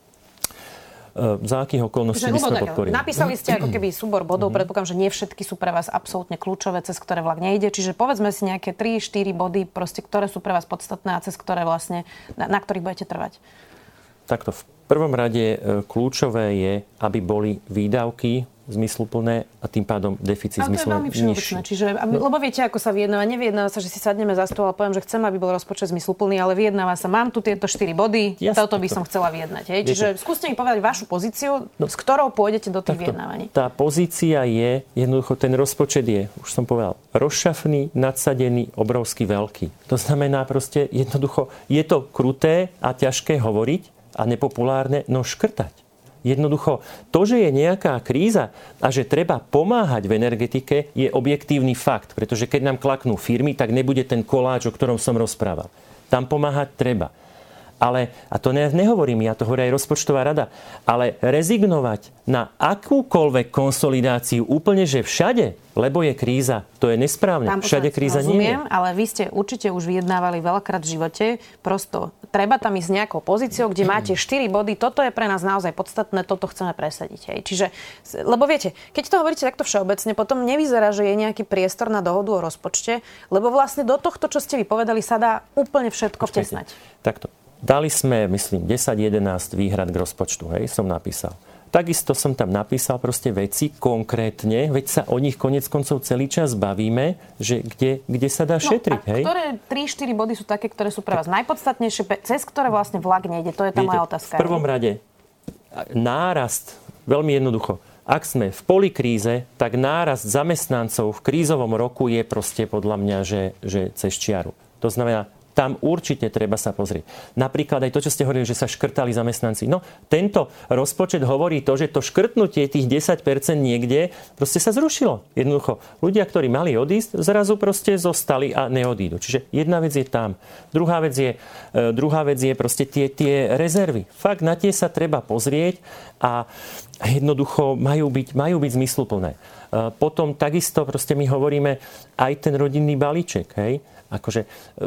[SPEAKER 2] E, za akých okolností by sme podporili?
[SPEAKER 1] Napísali ste ako keby súbor bodov, predpokladám, že nie všetky sú pre vás absolútne kľúčové, cez ktoré vlak nejde. Čiže povedzme si nejaké tri štyri body, proste, ktoré sú pre vás podstatné a cez ktoré vlastne, na, na ktorých budete trvať. Takto v V prvom rade kľúčové je, aby boli výdavky zmysluplné a tým pádom deficit zmysluplný nižší. Čiže, aby, no. Lebo viete, ako sa vyjednáva. Nevyjednáva sa, že si sadneme za stôl a poviem, že chcem, aby bol rozpočet zmysluplný, ale vyjednáva sa. Mám tu tieto štyri body, Jasne, toto by to. som chcela vyjednať. Hej? Čiže skúste mi povedať vašu pozíciu, no. s ktorou pôjdete do tých Takto. vyjednávaní. Tá pozícia je, jednoducho ten rozpočet je, už som povedal, rozšafný, nadsadený, obrovský veľký. To znamená proste jednoducho, je to kruté a ťažké hovoriť, a nepopulárne, no škrtať. Jednoducho, to, že je nejaká kríza a že treba pomáhať v energetike, je objektívny fakt. Pretože keď nám klaknú firmy, tak nebude ten koláč, o ktorom som rozprával. Tam pomáhať treba. Ale, a to ne, nehovorím ja, to hovorí aj rozpočtová rada, ale rezignovať na akúkoľvek konsolidáciu úplne, že všade, lebo je kríza, to je nesprávne. Tam všade kríza nie je. Ale vy ste určite už vyjednávali veľakrát v živote. Prosto treba tam ísť nejakou pozíciou, kde máte štyri body. Toto je pre nás naozaj podstatné, toto chceme presadiť. Hej. Čiže, lebo viete, keď to hovoríte takto všeobecne, potom nevyzerá, že je nejaký priestor na dohodu o rozpočte, lebo vlastne do tohto, čo ste vypovedali, sa dá úplne všetko vtesnať. Takto. Dali sme, myslím, desať jedenásť výhrad k rozpočtu, hej, som napísal. Takisto som tam napísal proste veci konkrétne, veď sa o nich konec koncov celý čas bavíme, že kde, kde sa dá šetriť. No a hej? Ktoré tri štyri body sú také, ktoré sú pre vás najpodstatnejšie, cez ktoré vlastne vlak nejde? To je tá Viete, moja otázka. V prvom rade nárast, veľmi jednoducho, ak sme v polikríze, tak nárast zamestnancov v krízovom roku je proste podľa mňa, že, že cez čiaru. To znamená, tam určite treba sa pozrieť. Napríklad aj to, čo ste hovorili, že sa škrtali zamestnanci. No, tento rozpočet hovorí to, že to škrtnutie tých desať percent niekde proste sa zrušilo. Jednoducho, ľudia, ktorí mali odísť, zrazu proste zostali a neodídu. Čiže jedna vec je tam. Druhá vec je, uh, druhá vec je proste tie, tie rezervy. Fakt, na tie sa treba pozrieť a jednoducho majú byť, majú byť zmysluplné. Uh, potom takisto proste my hovoríme aj ten rodinný balíček, hej? Akože e, e,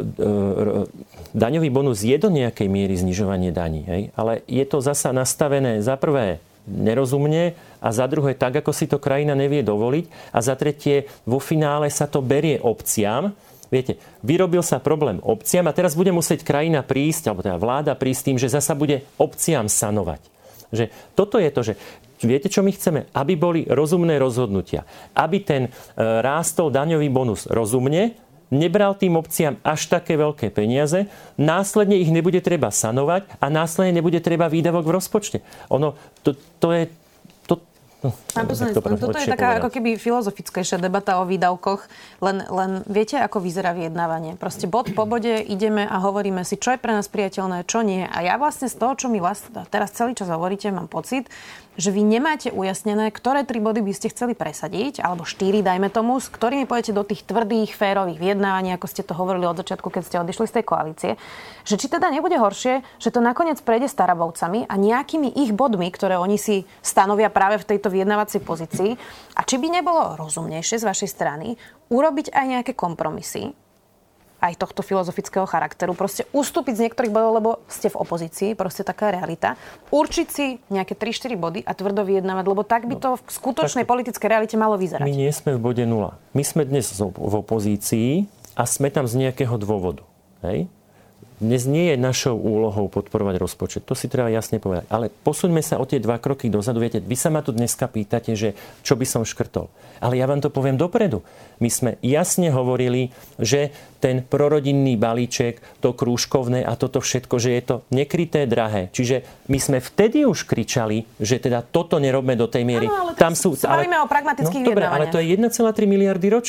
[SPEAKER 1] daňový bonus je do nejakej miery znižovanie daní, hej? Ale je to zasa nastavené za prvé nerozumne a za druhé tak, ako si to krajina nevie dovoliť a za tretie vo finále sa to berie obciam. Viete, vyrobil sa problém obciam a teraz bude musieť krajina prísť, alebo teda vláda prísť tým, že zasa bude obciam sanovať. Že toto je to, že viete, čo my chceme? Aby boli rozumné rozhodnutia. Aby ten e, rástol daňový bonus rozumne, nebral tým obciam až také veľké peniaze, následne ich nebude treba sanovať a následne nebude treba výdavok v rozpočte. Ono, to, to je... To, no, Pán poslanec, to toto je taká povedať. Ako keby filozofickejšia debata o výdavkoch, len, len viete, ako vyzerá vyjednávanie. Proste bod po bode ideme a hovoríme si, čo je pre nás priateľné, čo nie. A ja vlastne z toho, čo mi vlastne teraz celý čas hovoríte, mám pocit, že vy nemáte ujasnené, ktoré tri body by ste chceli presadiť, alebo štyri, dajme tomu, s ktorými pôjdete do tých tvrdých, férových vyjednávaní, ako ste to hovorili od začiatku, keď ste odišli z tej koalície. Že či teda nebude horšie, že to nakoniec prejde starabovcami a nejakými ich bodmi, ktoré oni si stanovia práve v tejto vyjednávacej pozícii. A či by nebolo rozumnejšie z vašej strany urobiť aj nejaké kompromisy, aj tohto filozofického charakteru. Proste ustúpiť z niektorých bodov, lebo ste v opozícii, proste taká realita. Určiť si nejaké tri štyri body a tvrdo vyjednávať, lebo tak by to v skutočnej tak, politickej realite malo vyzerať. My nie sme v bode nula. My sme dnes v opozícii a sme tam z nejakého dôvodu. Hej? Dnes nie je našou úlohou podporovať rozpočet. To si treba jasne povedať. Ale posuňme sa o tie dva kroky dozadu. Viete, vy sa ma tu dneska pýtate, že čo by som škrtol. Ale ja vám to poviem dopredu. My sme jasne hovorili, že ten prorodinný balíček, to krúžkovné a toto všetko, že je to nekryté drahé. Čiže my sme vtedy už kričali, že teda toto nerobme do tej miery. Áno, ale tam sú, ale, o pragmatických no, dobre, ale to je jeden celá tri miliardy ročne.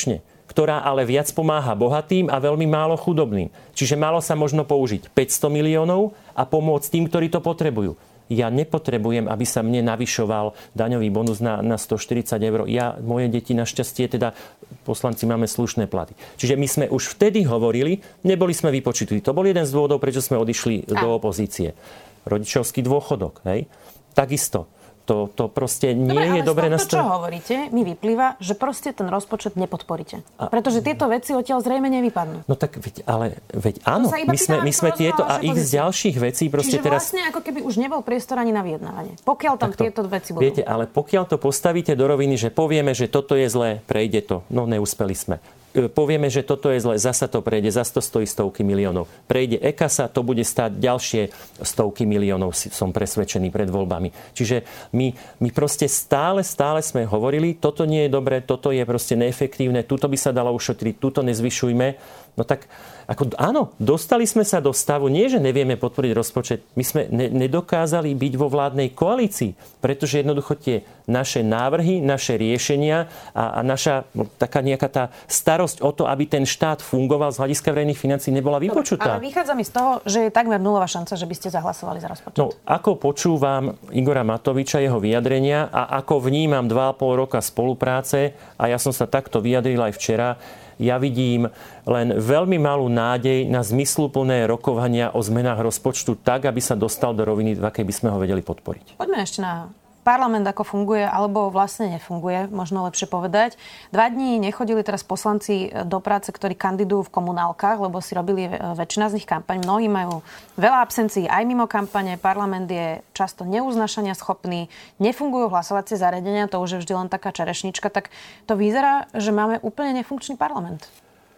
[SPEAKER 2] ktorá ale viac pomáha bohatým a veľmi málo chudobným. Čiže malo sa možno použiť päťsto miliónov a pomôcť tým, ktorí to potrebujú. Ja nepotrebujem, aby sa mne navyšoval daňový bonus na, na stoštyridsať eur. Ja, moje deti našťastie, teda poslanci máme slušné platy. Čiže my sme už vtedy hovorili, neboli sme vypočutí. To bol jeden z dôvodov, prečo sme odišli a. do opozície. Rodičovský dôchodok, hej? Takisto. To, to proste nie
[SPEAKER 1] dobre,
[SPEAKER 2] je dobre
[SPEAKER 1] nastavené. Dobre, ale z toho, čo hovoríte, mi vyplýva, že proste ten rozpočet nepodporíte. A, Pretože tieto veci odtiaľ zrejme nevypadnú.
[SPEAKER 2] No tak, veď, ale veď áno, my sme, my sme tieto a ich z ďalších vecí proste
[SPEAKER 1] Čiže
[SPEAKER 2] teraz...
[SPEAKER 1] vlastne ako keby už nebol priestor ani na vyjednávanie. Pokiaľ tam
[SPEAKER 2] Takto,
[SPEAKER 1] tieto veci budú.
[SPEAKER 2] Viete, ale pokiaľ to postavíte do roviny, že povieme, že toto je zlé, prejde to. No neúspeli sme. Povieme, že toto je zle, zasa to prejde, za to stojí stovky miliónov. Prejde EKASA, to bude stáť ďalšie stovky miliónov, som presvedčený, pred voľbami. Čiže my, my proste stále, stále sme hovorili, toto nie je dobré, toto je proste neefektívne, tuto by sa dalo ušetriť, tuto nezvyšujme. No tak, ako, áno, dostali sme sa do stavu, nie že nevieme podporiť rozpočet, my sme ne, nedokázali byť vo vládnej koalícii, pretože jednoducho tie naše návrhy, naše riešenia a, a naša no, taká nejaká tá starosť o to, aby ten štát fungoval z hľadiska verejných financií, nebola vypočutá.
[SPEAKER 1] Ale vychádza mi z toho, že je takmer nulová šanca, že by ste zahlasovali za rozpočet.
[SPEAKER 2] No, ako počúvam Igora Matoviča, jeho vyjadrenia a ako vnímam dva a pol roka spolupráce, a ja som sa takto vyjadril aj včera, ja vidím len veľmi malú nádej na zmysluplné rokovania o zmenách rozpočtu tak, aby sa dostal do roviny, v akej by sme ho vedeli podporiť.
[SPEAKER 1] Poďme ešte na parlament, ako funguje, alebo vlastne nefunguje, možno lepšie povedať. Dva dní nechodili teraz poslanci do práce, ktorí kandidujú v komunálkach, lebo si robili väčšina z nich kampaň. Mnohí majú veľa absencií aj mimo kampane. Parlament je často neuznašania schopný. Nefungujú hlasovacie zariadenia, to už je vždy len taká čerešnička. Tak to vyzerá, že máme úplne nefunkčný parlament.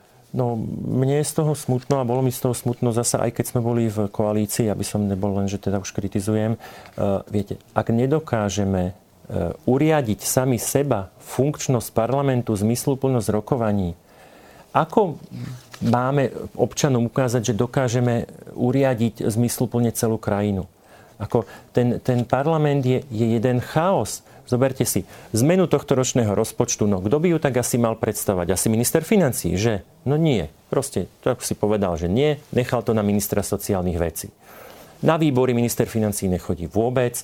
[SPEAKER 2] No, mne je z toho smutno a bolo mi z toho smutno zasa, aj keď sme boli v koalícii, aby som nebol len, že teda už kritizujem. Uh, viete, ak nedokážeme uh, uriadiť sami seba, funkčnosť parlamentu, zmysluplnosť rokovaní, ako máme občanom ukázať, že dokážeme uriadiť zmysluplne celú krajinu? Ako ten, ten parlament je, je jeden chaos. Zoberte si zmenu tohto ročného rozpočtu. No, kto by ju tak asi mal predstavať? Asi minister financií, že? No nie. Proste, tak si povedal, že nie. Nechal to na ministra sociálnych vecí. Na výbory minister financií nechodí vôbec.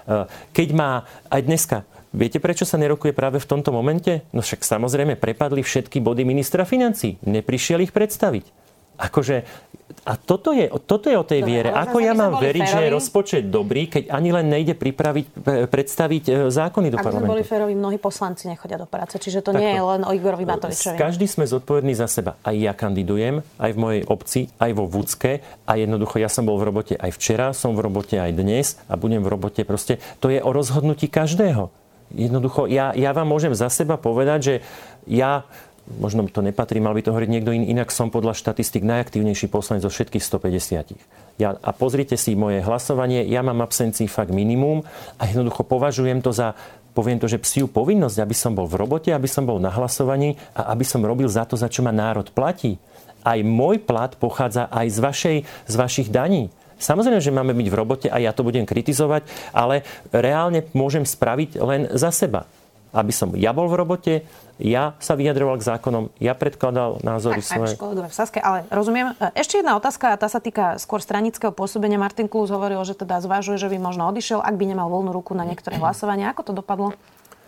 [SPEAKER 2] Keď má aj dneska... Viete, prečo sa nerokuje práve v tomto momente? No však samozrejme prepadli všetky body ministra financií. Neprišiel ich predstaviť. Akože, a toto je, toto je o tej viere. Ako ja mám veriť, férovi, že je rozpočet dobrý, keď ani len nejde pripraviť, predstaviť zákony do
[SPEAKER 1] Ak
[SPEAKER 2] parlamentu?
[SPEAKER 1] Ak sme boli férovi, mnohí poslanci nechodia do práce. Čiže to tak nie to, je len o Igorovi Matovičovi.
[SPEAKER 2] Každý sme zodpovední za seba. Aj ja kandidujem, aj v mojej obci, aj vo Vúcke. A jednoducho, ja som bol v robote aj včera, som v robote aj dnes a budem v robote proste. To je o rozhodnutí každého. Jednoducho, ja, ja vám môžem za seba povedať, že ja... Možno to nepatrí, mal by to hovoriť niekto iný, inak som podľa štatistik najaktívnejší poslanec zo všetkých stopäťdesiat. Ja, a pozrite si moje hlasovanie, ja mám absencií fakt minimum a jednoducho považujem to za, poviem to, že psiu povinnosť, aby som bol v robote, aby som bol na hlasovaní a aby som robil za to, za čo ma národ platí. Aj môj plat pochádza aj z, vašej, z vašich daní. Samozrejme, že máme byť v robote a ja to budem kritizovať, ale reálne môžem spraviť len za seba. Aby som ja bol v robote, ja sa vyjadroval k zákonom, ja predkladal názory
[SPEAKER 1] tak,
[SPEAKER 2] svoje.
[SPEAKER 1] Tak, kolegové v Saske, ale rozumiem. Ešte jedna otázka, a tá sa týka skôr stranického pôsobenia. Martin Klus hovoril, že teda zvažuje, že by možno odišiel, ak by nemal voľnú ruku na niektoré hlasovania. Ako to dopadlo?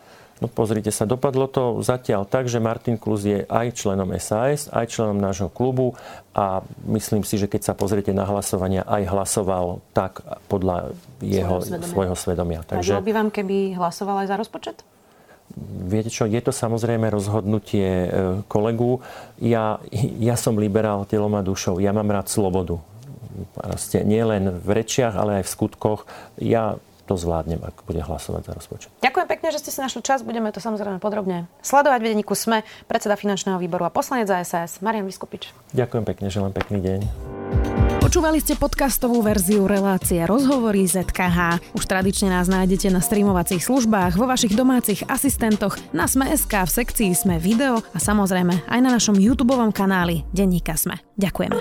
[SPEAKER 2] No pozrite sa, dopadlo to zatiaľ tak, že Martin Klus je aj členom es a es, aj členom nášho klubu a myslím si, že keď sa pozriete na hlasovania, aj hlasoval tak podľa jeho svojho svedomia. Svojho svedomia.
[SPEAKER 1] Takže by vám, keby hlasoval aj za rozpočet?
[SPEAKER 2] Viete čo, je to samozrejme rozhodnutie kolegu. Ja, ja som liberál telom a dušou. Ja mám rád slobodu. Proste nie len v rečiach, ale aj v skutkoch. Ja to zvládnem, ak bude hlasovať za rozpočet.
[SPEAKER 1] Ďakujem pekne, že ste si našli čas. Budeme to samozrejme podrobne sledovať. V denníku SME, predseda finančného výboru a poslanec za es a es Marián Vyskupič.
[SPEAKER 2] Ďakujem pekne, želám pekný deň.
[SPEAKER 1] Počúvali ste podcastovú verziu relácie Rozhovory zet ká há. Už tradične nás nájdete na streamovacích službách, vo vašich domácich asistentoch, na Sme bodka es ká, v sekcii Sme video a samozrejme aj na našom YouTubeovom kanáli Denníka Sme. Ďakujeme.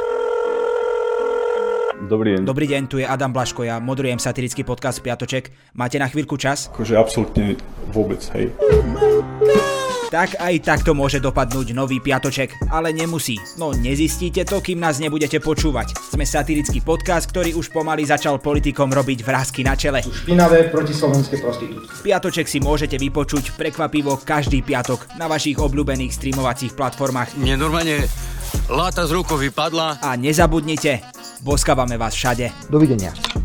[SPEAKER 3] Dobrý deň.
[SPEAKER 4] Dobrý deň, tu je Adam Blaško, ja moderujem satirický podcast Piatoček. Máte na chvíľku čas?
[SPEAKER 3] Akože absolútne vôbec, hej.
[SPEAKER 4] Tak aj takto môže dopadnúť nový piatoček, ale nemusí. No nezistíte to, kým nás nebudete počúvať. Sme satirický podcast, ktorý už pomaly začal politikom robiť vrásky na čele.
[SPEAKER 3] Špinavé protislovenské prostitútky.
[SPEAKER 4] Piatoček si môžete vypočuť prekvapivo každý piatok na vašich obľúbených streamovacích platformách.
[SPEAKER 5] Mne normálne láta z rukou vypadla.
[SPEAKER 4] A nezabudnite, boskávame vás všade.
[SPEAKER 3] Dovidenia.